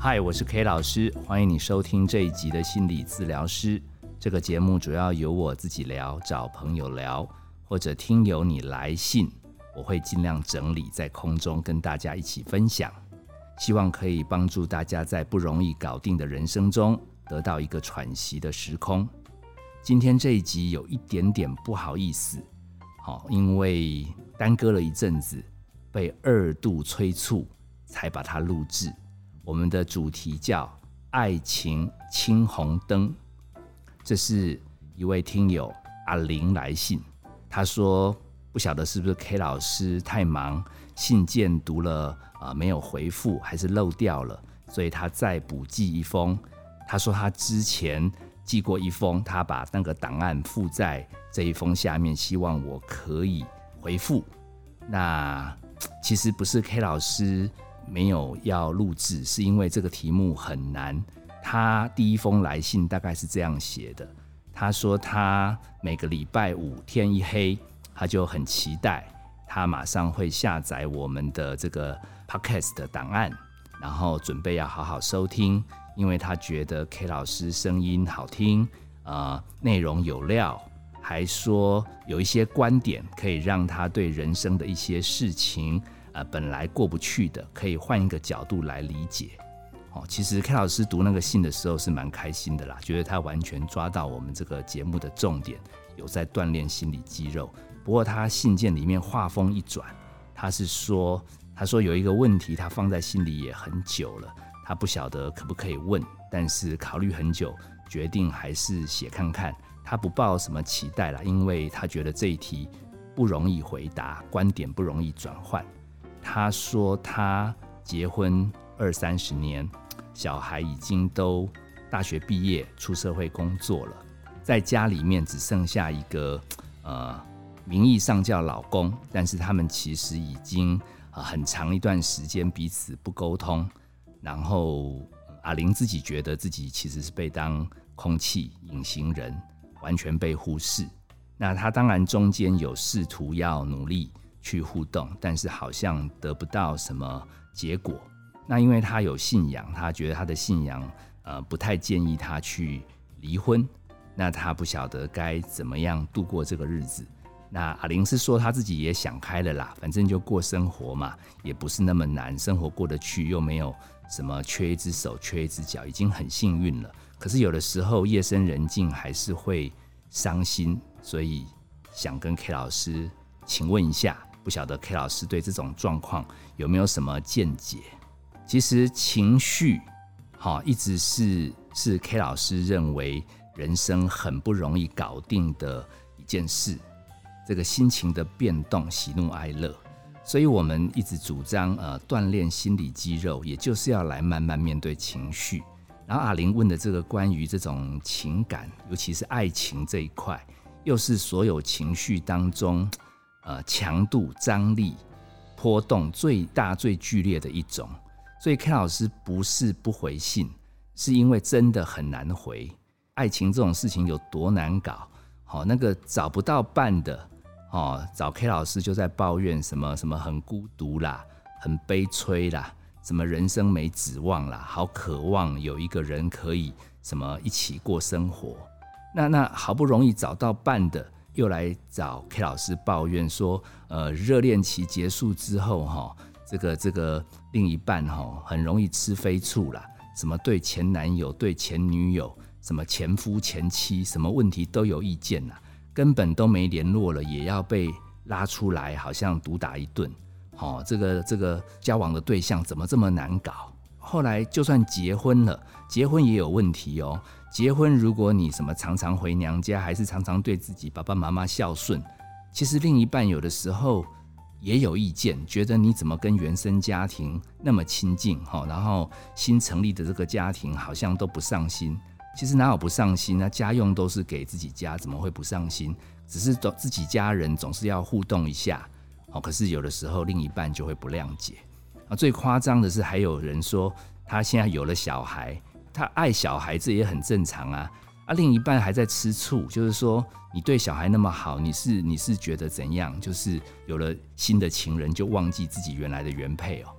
嗨，我是 K 老师，欢迎你收听这一集的心理治疗师。这个节目主要由我自己聊，找朋友聊，或者听友你来信，我会尽量整理在空中跟大家一起分享，希望可以帮助大家在不容易搞定的人生中得到一个喘息的时空。今天这一集有一点点不好意思，因为耽搁了一阵子，被2度催促才把它录制。我们的主题叫爱情青红灯，这是一位听友阿玲来信，他说不晓得是不是 K 老师太忙，信件读了没有回复，还是漏掉了，所以他再补寄一封。他说他之前寄过一封，他把那个档案附在这一封下面，希望我可以回复。那其实不是 K 老师没有要录制，是因为这个题目很难。他第一封来信大概是这样写的，他说他每个礼拜五天一黑，他就很期待，他马上会下载我们的这个 podcast 的档案，然后准备要好好收听，因为他觉得 K 老师声音好听，内容有料，还说有一些观点可以让他对人生的一些事情本来过不去的，可以换一个角度来理解。其实 K 老师读那个信的时候是蛮开心的啦，觉得他完全抓到我们这个节目的重点，有在锻炼心理肌肉。不过他信件里面话锋一转，他说有一个问题他放在心里也很久了，他不晓得可不可以问，但是考虑很久，决定还是写看看。他不抱什么期待啦，因为他觉得这一题不容易回答，观点不容易转换。他说他结婚20-30年，小孩已经都大学毕业，出社会工作了，在家里面只剩下一个名义上叫老公，但是他们其实已经很长一段时间彼此不沟通。然后阿玲自己觉得自己其实是被当空气隐形人，完全被忽视。那他当然中间有试图要努力去互动，但是好像得不到什么结果。那因为他有信仰，他觉得他的信仰不太建议他去离婚，那他不晓得该怎么样度过这个日子。那阿玲是说他自己也想开了啦，反正就过生活嘛，也不是那么难，生活过得去，又没有什么缺一只手缺一只脚，已经很幸运了。可是有的时候夜深人静还是会伤心，所以想跟 K 老师请问一下，不晓得 K 老师对这种状况有没有什么见解？其实情绪一直是 K 老师认为人生很不容易搞定的一件事，这个心情的变动，喜怒哀乐。所以我们一直主张锻炼心理肌肉，也就是要来慢慢面对情绪。然后阿玲问的这个关于这种情感，尤其是爱情这一块，又是所有情绪当中强度、张力、波动最大最剧烈的一种。所以 K 老师不是不回信，是因为真的很难回。爱情这种事情有多难搞，那个找不到伴的，找 K 老师就在抱怨什么很孤独啦，很悲催啦，什么人生没指望啦，好渴望有一个人可以什么一起过生活。那好不容易找到伴的，又来找 K 老师抱怨说，热恋期结束之后，这个另一半很容易吃飞醋啦，什么对前男友、对前女友、什么前夫前妻，什么问题都有意见啦，根本都没联络了，也要被拉出来，好像毒打一顿。这个交往的对象怎么这么难搞？后来就算结婚了，结婚也有问题哦。结婚如果你什么常常回娘家，还是常常对自己爸爸妈妈孝顺，其实另一半有的时候也有意见，觉得你怎么跟原生家庭那么亲近，然后新成立的这个家庭好像都不上心。其实哪有不上心啊？家用都是给自己家，怎么会不上心？只是自己家人总是要互动一下，可是有的时候另一半就会不谅解。最夸张的是，还有人说他现在有了小孩，他爱小孩，这也很正常啊。另一半还在吃醋，就是说你对小孩那么好，你是觉得怎样？就是有了新的情人就忘记自己原来的原配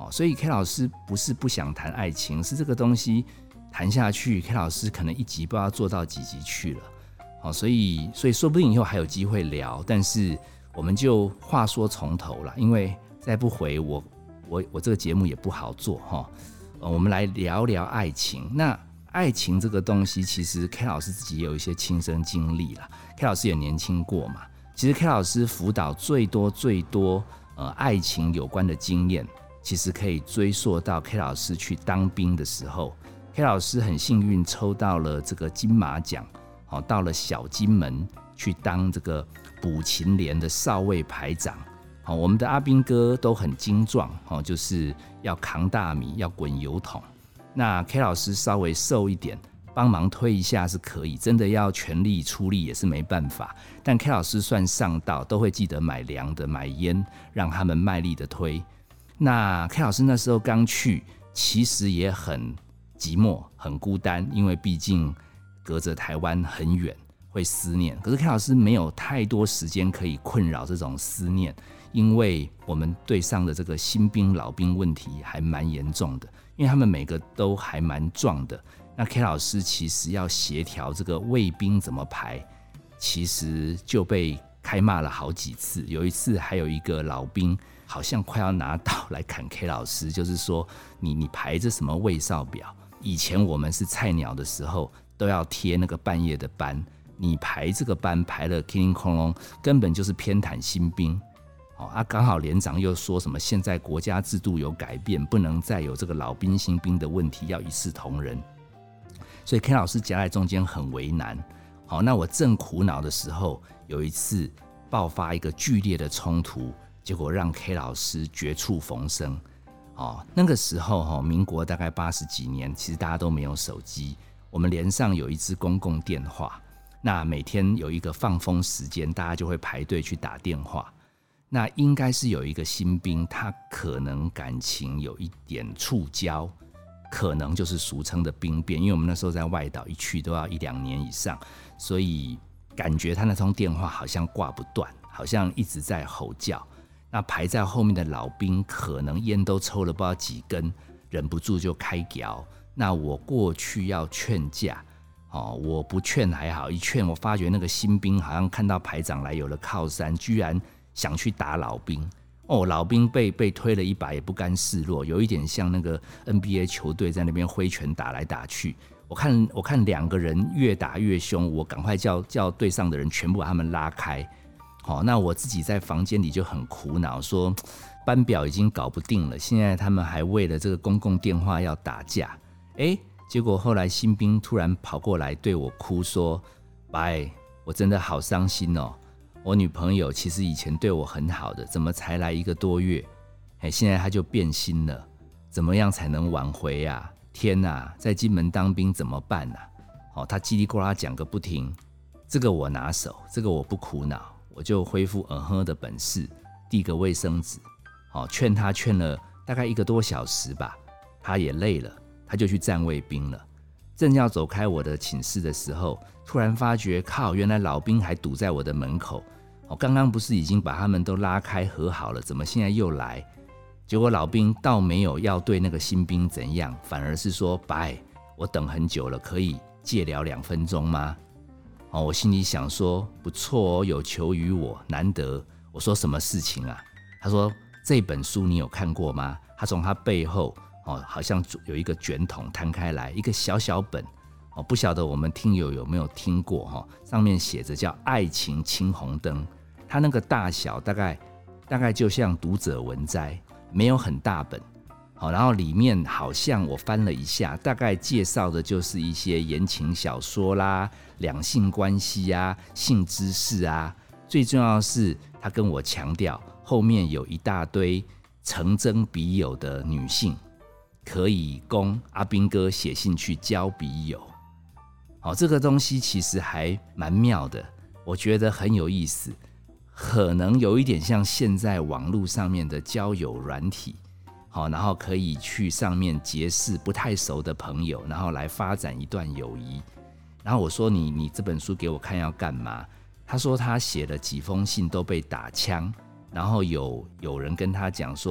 所以 K 老师不是不想谈爱情，是这个东西谈下去 K 老师可能一集不知道做到几集去了，所以说不定以后还有机会聊，但是我们就话说从头了，因为再不回我这个节目也不好做我们来聊聊爱情。那爱情这个东西其实 K 老师自己也有一些亲身经历啦， K 老师也年轻过嘛，其实 K 老师辅导最多爱情有关的经验，其实可以追溯到 K 老师去当兵的时候。 K 老师很幸运抽到了这个金马奖，到了小金门去当这个捕禽连的少尉排长。我们的阿兵哥都很精壮，就是要扛大米，要滚油桶。那 K 老师稍微瘦一点，帮忙推一下是可以，真的要全力出力也是没办法。但 K 老师算上道，都会记得买粮的、买烟，让他们卖力的推。那 K 老师那时候刚去，其实也很寂寞、很孤单，因为毕竟隔着台湾很远，会思念。可是 K 老师没有太多时间可以困扰这种思念，因为我们队上的这个新兵、老兵问题还蛮严重的，因为他们每个都还蛮壮的。那 K 老师其实要协调这个卫兵怎么排，其实就被开骂了好几次。有一次还有一个老兵好像快要拿刀来砍 K 老师，就是说你排着什么卫哨表？以前我们是菜鸟的时候都要贴那个半夜的班，你排这个班排了叮叮哐啷，根本就是偏袒新兵。刚好连长又说什么现在国家制度有改变，不能再有这个老兵新兵的问题，要一视同仁。所以 K 老师夹在中间很为难。那我正苦恼的时候，有一次爆发一个剧烈的冲突，结果让 K 老师绝处逢生。那个时候民国大概80几年，其实大家都没有手机，我们连上有一支公共电话，那每天有一个放风时间，大家就会排队去打电话。那应该是有一个新兵，他可能感情有一点触礁，可能就是俗称的兵变，因为我们那时候在外岛一去都要1-2年以上，所以感觉他那通电话好像挂不断，好像一直在吼叫。那排在后面的老兵可能烟都抽了不知道几根，忍不住就开嚼。那我过去要劝架，我不劝还好，一劝我发觉那个新兵好像看到排长来有了靠山，居然想去打老兵。老兵被推了一把也不甘示弱，有一点像那个 NBA 球队在那边挥拳打来打去。我看两个人越打越凶，我赶快叫队上的人全部把他们拉开。那我自己在房间里就很苦恼，说班表已经搞不定了，现在他们还为了这个公共电话要打架。结果后来新兵突然跑过来对我哭说：白，我真的好伤心哦，我女朋友其实以前对我很好的，怎么才来1个多月，现在她就变心了，怎么样才能挽回啊？天哪，在金门当兵怎么办啊？他叽里呱啦讲个不停，这个我拿手，这个我不苦恼，我就恢复的本事，递个卫生纸，劝他劝了大概1个多小时吧，他也累了，他就去站卫兵了。正要走开我的寝室的时候，突然发觉靠，原来老兵还堵在我的门口。刚刚不是已经把他们都拉开和好了，怎么现在又来？结果老兵倒没有要对那个新兵怎样，反而是说：白，我等很久了，可以借聊2分钟吗？我心里想说不错哦，有求于我，难得。我说什么事情啊？他说这本书你有看过吗？他从他背后好像有一个卷筒摊开来，一个小小本，不晓得我们听友有没有听过，上面写着叫《爱情青红灯》，它那个大小大概就像读者文摘，没有很大本。然后里面好像我翻了一下，大概介绍的就是一些言情小说啦、两性关系啊、性知识啊。最重要的是，他跟我强调后面有一大堆诚征笔友的女性，可以供阿兵哥写信去交笔友。这个东西其实还蛮妙的，我觉得很有意思，可能有一点像现在网络上面的交友软体。然后可以去上面结识不太熟的朋友，然后来发展一段友谊。然后我说你这本书给我看要干嘛？他说他写了几封信都被打枪，然后有人跟他讲说，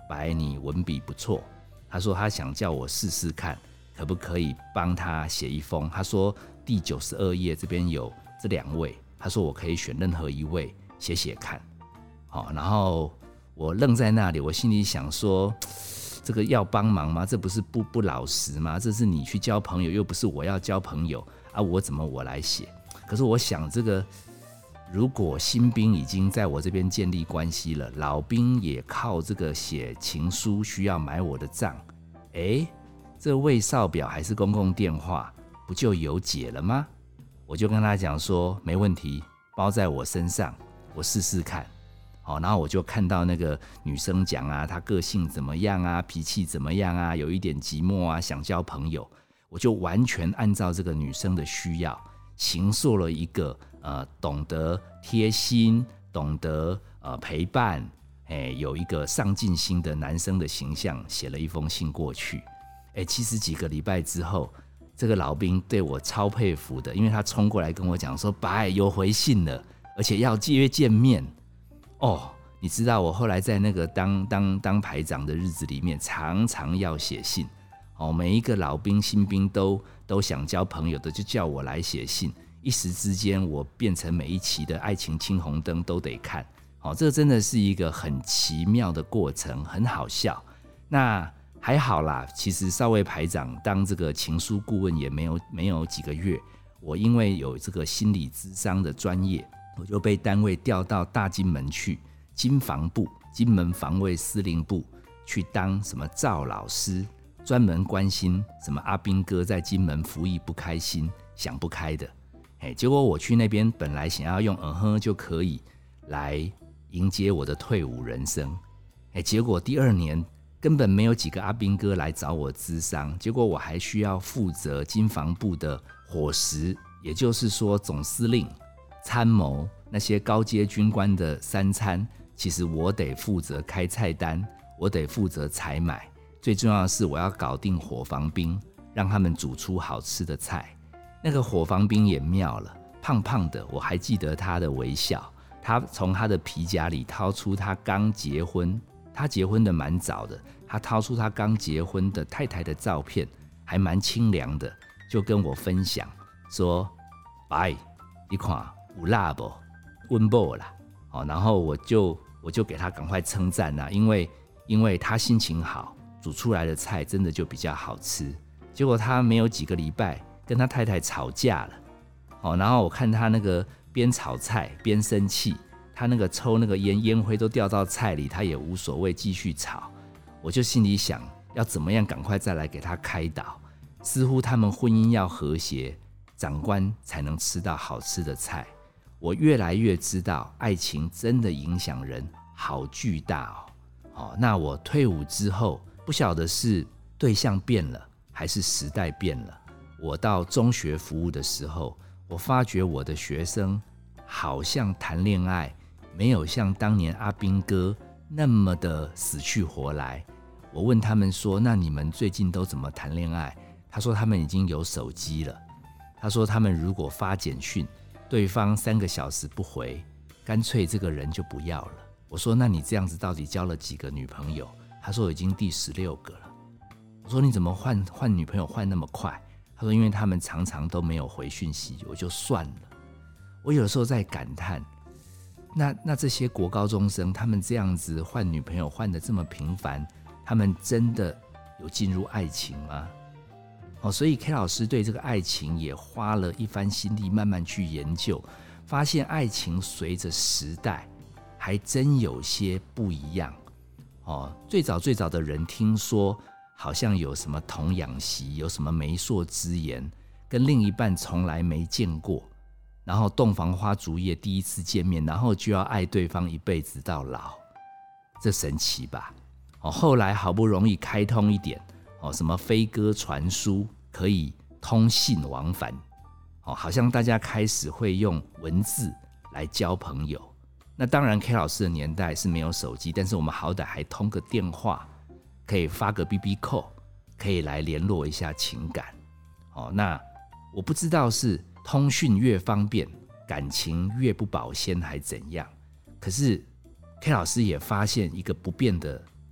白你文笔不错，他说他想叫我试试看，可不可以帮他写一封。他说第92页这边有这2位，他说我可以选任何一位写写看。然后我愣在那里，我心里想说，这个要帮忙吗？这不是不老实吗？这是你去交朋友，又不是我要交朋友啊，我怎么我来写？可是我想，这个如果新兵已经在我这边建立关系了，老兵也靠这个写情书需要买我的账，这魏少表还是公共电话，不就有解了吗？我就跟他讲说，没问题，包在我身上，我试试看。然后我就看到那个女生讲啊，她个性怎么样啊，脾气怎么样啊，有一点寂寞啊，想交朋友，我就完全按照这个女生的需要，形塑了一个懂得贴心、懂得陪伴，有一个上进心的男生的形象，写了一封信过去。其实几个礼拜之后，这个老兵对我超佩服的，因为他冲过来跟我讲说，爸，有回信了，而且要约见面。你知道我后来在那个当排长的日子里面，常常要写信。每一个老兵新兵都想交朋友的，就叫我来写信。一时之间，我变成每一期的爱情青红灯都得看。这真的是一个很奇妙的过程，很好笑。那还好啦，其实少尉排长当这个情书顾问也没有几个月，我因为有这个心理咨商的专业，我就被单位调到大金门去，金防部金门防卫司令部去当什么赵老师，专门关心什么阿兵哥在金门服役不开心想不开的。结果我去那边本来想要用就可以来迎接我的退伍人生，结果第2年根本没有几个阿兵哥来找我咨商，结果我还需要负责金防部的伙食，也就是说总司令、参谋那些高阶军官的3餐，其实我得负责开菜单，我得负责采买，最重要的是我要搞定伙房兵，让他们煮出好吃的菜。那个伙房兵也妙了，胖胖的，我还记得他的微笑，他从他的皮夹里掏出他刚结婚，他结婚的蛮早的，他掏出他刚结婚的太太的照片，还蛮清凉的，就跟我分享说，拜，你看有辣不？温饱啦。然后我就给他赶快称赞啦，因为他心情好，煮出来的菜真的就比较好吃。结果他没有几个礼拜跟他太太吵架了，然后我看他那个边炒菜边生气，他那个抽那个烟灰都掉到菜里，他也无所谓，继续炒。我就心里想，要怎么样赶快再来给他开导，似乎他们婚姻要和谐，长官才能吃到好吃的菜。我越来越知道，爱情真的影响人好巨大那我退伍之后，不晓得是对象变了，还是时代变了。我到中学服务的时候，我发觉我的学生好像谈恋爱没有像当年阿兵哥那么的死去活来。我问他们说，那你们最近都怎么谈恋爱？他说他们已经有手机了。他说他们如果发简讯，对方3个小时不回，干脆这个人就不要了。我说那你这样子到底交了几个女朋友？他说已经第16个了。我说你怎么换女朋友换那么快？他说因为他们常常都没有回讯息，我就算了。我有时候在感叹，那这些国高中生，他们这样子换女朋友换得这么频繁，他们真的有进入爱情吗？所以 K 老师对这个爱情也花了一番心力慢慢去研究，发现爱情随着时代还真有些不一样。最早的人听说好像有什么童养媳，有什么媒妁之言，跟另一半从来没见过，然后洞房花烛夜第一次见面，然后就要爱对方一辈子到老，这神奇吧？后来好不容易开通一点，什么飞鸽传书可以通信往返，好像大家开始会用文字来交朋友。那当然 K 老师的年代是没有手机，但是我们好歹还通个电话，可以发个 BB call， 可以来联络一下情感。那我不知道是通讯越方便，感情越不保鲜还怎样，可是 K 老师也发现一个不变的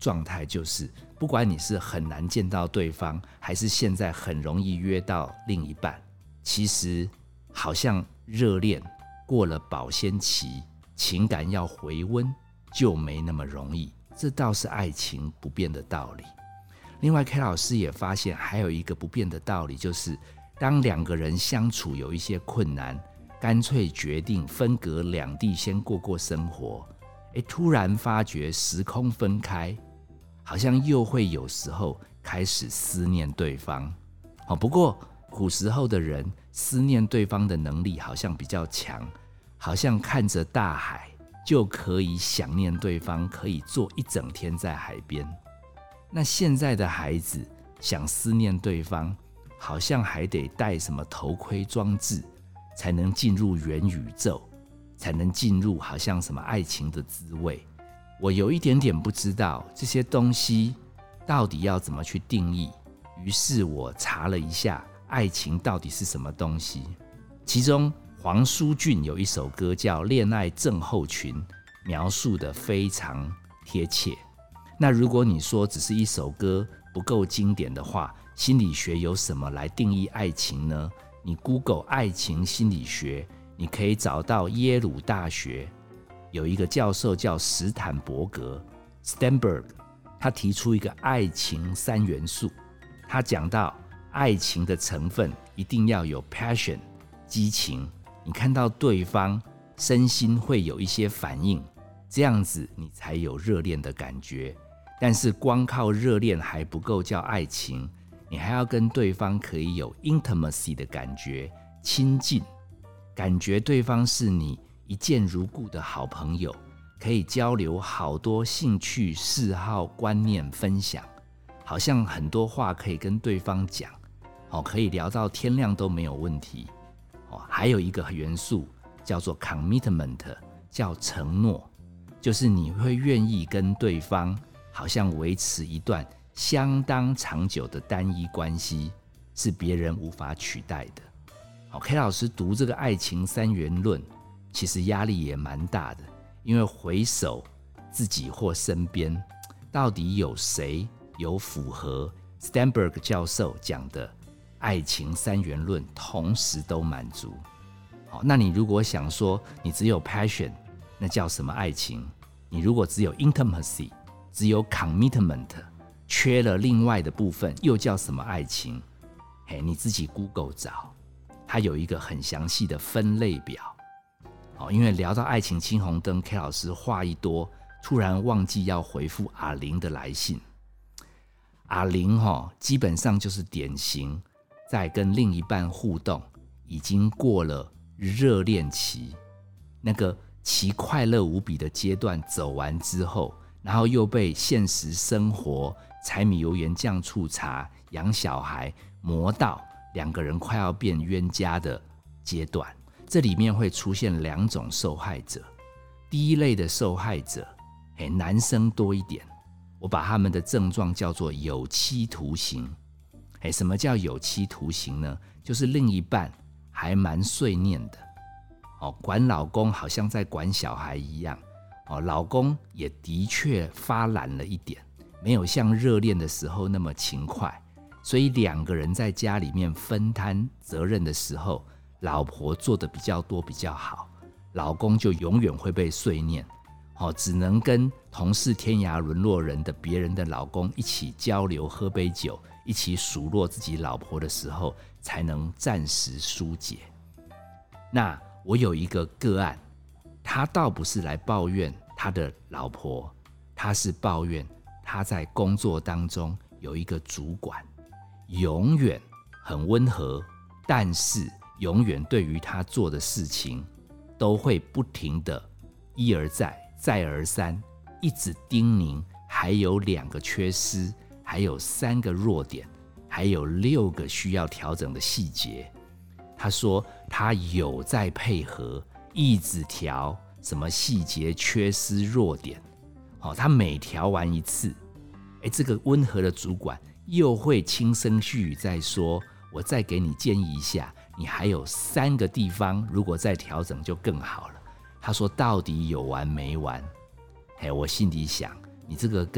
状态就是，不管你是很难见到对方，还是现在很容易约到另一半，其实好像热恋过了保鲜期，情感要回温就没那么容易，这倒是爱情不变的道理。另外 K 老师也发现还有一个不变的道理，就是当两个人相处有一些困难，干脆决定分隔两地先过过生活，突然发觉时空分开，好像又会有时候开始思念对方。不过古时候的人思念对方的能力好像比较强，好像看着大海就可以想念对方，可以坐一整天在海边。那现在的孩子想思念对方，好像还得戴什么头盔装置，才能进入元宇宙，才能进入好像什么爱情的滋味。我有一点点不知道这些东西到底要怎么去定义，于是我查了一下爱情到底是什么东西。其中黄舒骏有一首歌叫《恋爱症候群》，描述得非常贴切。那如果你说只是一首歌不够经典的话，心理学有什么来定义爱情呢？你 Google 爱情心理学，你可以找到耶鲁大学有一个教授叫史坦伯格 Sternberg， 他提出一个爱情3元素。他讲到爱情的成分一定要有 passion 激情，你看到对方身心会有一些反应，这样子你才有热恋的感觉。但是光靠热恋还不够叫爱情，你还要跟对方可以有 intimacy 的感觉，亲近，感觉对方是你一见如故的好朋友，可以交流好多兴趣嗜好观念分享，好像很多话可以跟对方讲，可以聊到天亮都没有问题。还有一个元素叫做 commitment， 叫承诺，就是你会愿意跟对方好像维持一段相当长久的单一关系，是别人无法取代的。K 老师读这个爱情3元论，其实压力也蛮大的，因为回首自己或身边，到底有谁有符合 Sternberg 教授讲的爱情3元论同时都满足。那你如果想说你只有 passion， 那叫什么爱情？你如果只有 intimacy， 只有 commitment， 缺了另外的部分，又叫什么爱情？你自己 Google 找，它有一个很详细的分类表。因为聊到爱情青红灯， K 老师话一多，突然忘记要回复阿玲的来信。阿玲基本上就是典型在跟另一半互动已经过了热恋期，那个其快乐无比的阶段走完之后，然后又被现实生活柴米油盐酱醋茶养小孩磨到两个人快要变冤家的阶段。这里面会出现2种受害者。第一类的受害者，男生多一点，我把他们的症状叫做有期徒刑。什么叫有期徒刑呢？就是另一半还蛮碎念的，管老公好像在管小孩一样，老公也的确发懒了一点，没有像热恋的时候那么勤快，所以2个人在家里面分摊责任的时候，老婆做的比较多比较好，老公就永远会被碎念，只能跟同是天涯沦落人的别人的老公一起交流喝杯酒，一起数落自己老婆的时候才能暂时疏解。那我有一个个案，他倒不是来抱怨他的老婆，他是抱怨他在工作当中有一个主管永远很温和，但是永远对于他做的事情都会不停的一而再再而三一直叮咛，还有2个缺失，还有3个弱点，还有6个需要调整的细节。他说他有在配合，一直调什么细节缺失弱点，他每调完一次，这个温和的主管又会轻声细语在说，我再给你建议一下，你还有3个地方如果再调整就更好了。他说到底有完没完？我心里想，你这个跟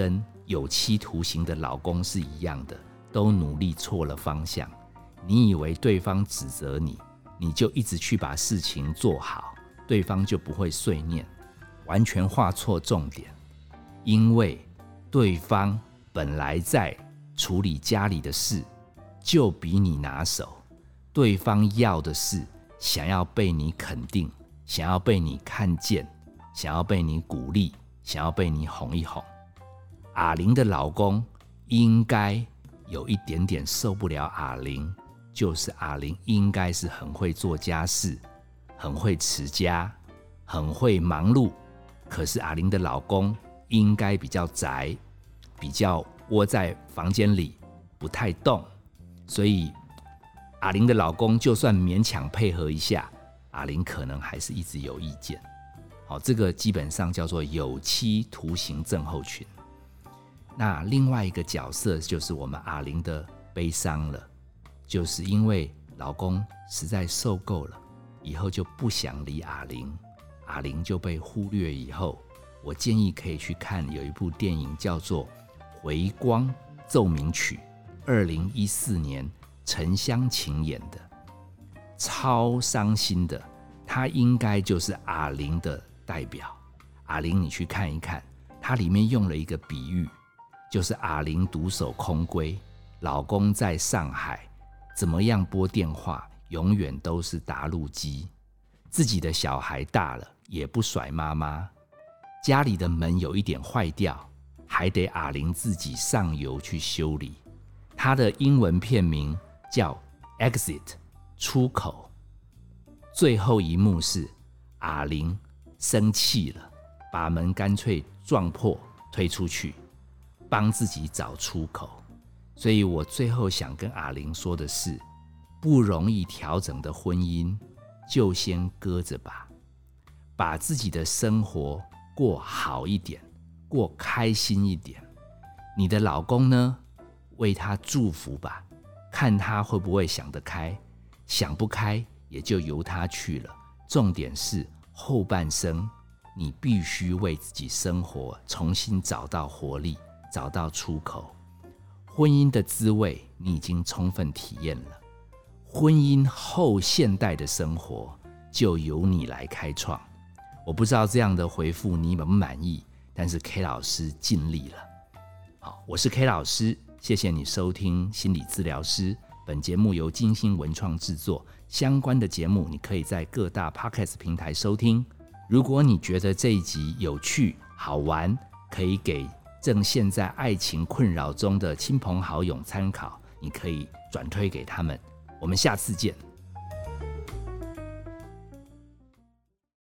有期徒刑的老公是一样的，都努力错了方向。你以为对方指责你，你就一直去把事情做好，对方就不会碎念，完全画错重点。因为对方本来在处理家里的事就比你拿手，对方要的是想要被你肯定，想要被你看见，想要被你鼓励，想要被你哄一哄。阿玲的老公应该有一点点受不了阿玲，就是阿玲应该是很会做家事，很会持家，很会忙碌，可是阿玲的老公应该比较宅，比较窝在房间里不太动，所以阿玲的老公就算勉强配合一下，阿玲可能还是一直有意见。好，这个基本上叫做有期徒刑症候群。那另外一个角色就是我们阿玲的悲伤了，就是因为老公实在受够了，以后就不想理阿玲，阿玲就被忽略以后，我建议可以去看有一部电影叫做《回光奏鸣曲》，2014年陈湘琴演的，超伤心的，她应该就是阿玲的代表。阿玲你去看一看，她里面用了一个比喻，就是阿玲独守空闺，老公在上海，怎么样拨电话永远都是答录机，自己的小孩大了也不甩妈妈，家里的门有一点坏掉，还得阿玲自己上油去修理。她的英文片名叫 Exit 出口。最后一幕是阿玲生气了，把门干脆撞破推出去，帮自己找出口。所以我最后想跟阿玲说的是，不容易调整的婚姻就先搁着吧，把自己的生活过好一点，过开心一点。你的老公呢，为他祝福吧，看他会不会想得开，想不开也就由他去了。重点是后半生你必须为自己生活重新找到活力，找到出口。婚姻的滋味你已经充分体验了，婚姻后现代的生活就由你来开创。我不知道这样的回复你满不满意，但是 K 老师尽力了。好，我是 K 老师，谢谢你收听心理治疗师。本节目由金星文创制作，相关的节目你可以在各大 Podcast 平台收听。如果你觉得这一集有趣好玩，可以给正陷在爱情困扰中的亲朋好友参考，你可以转推给他们。我们下次见。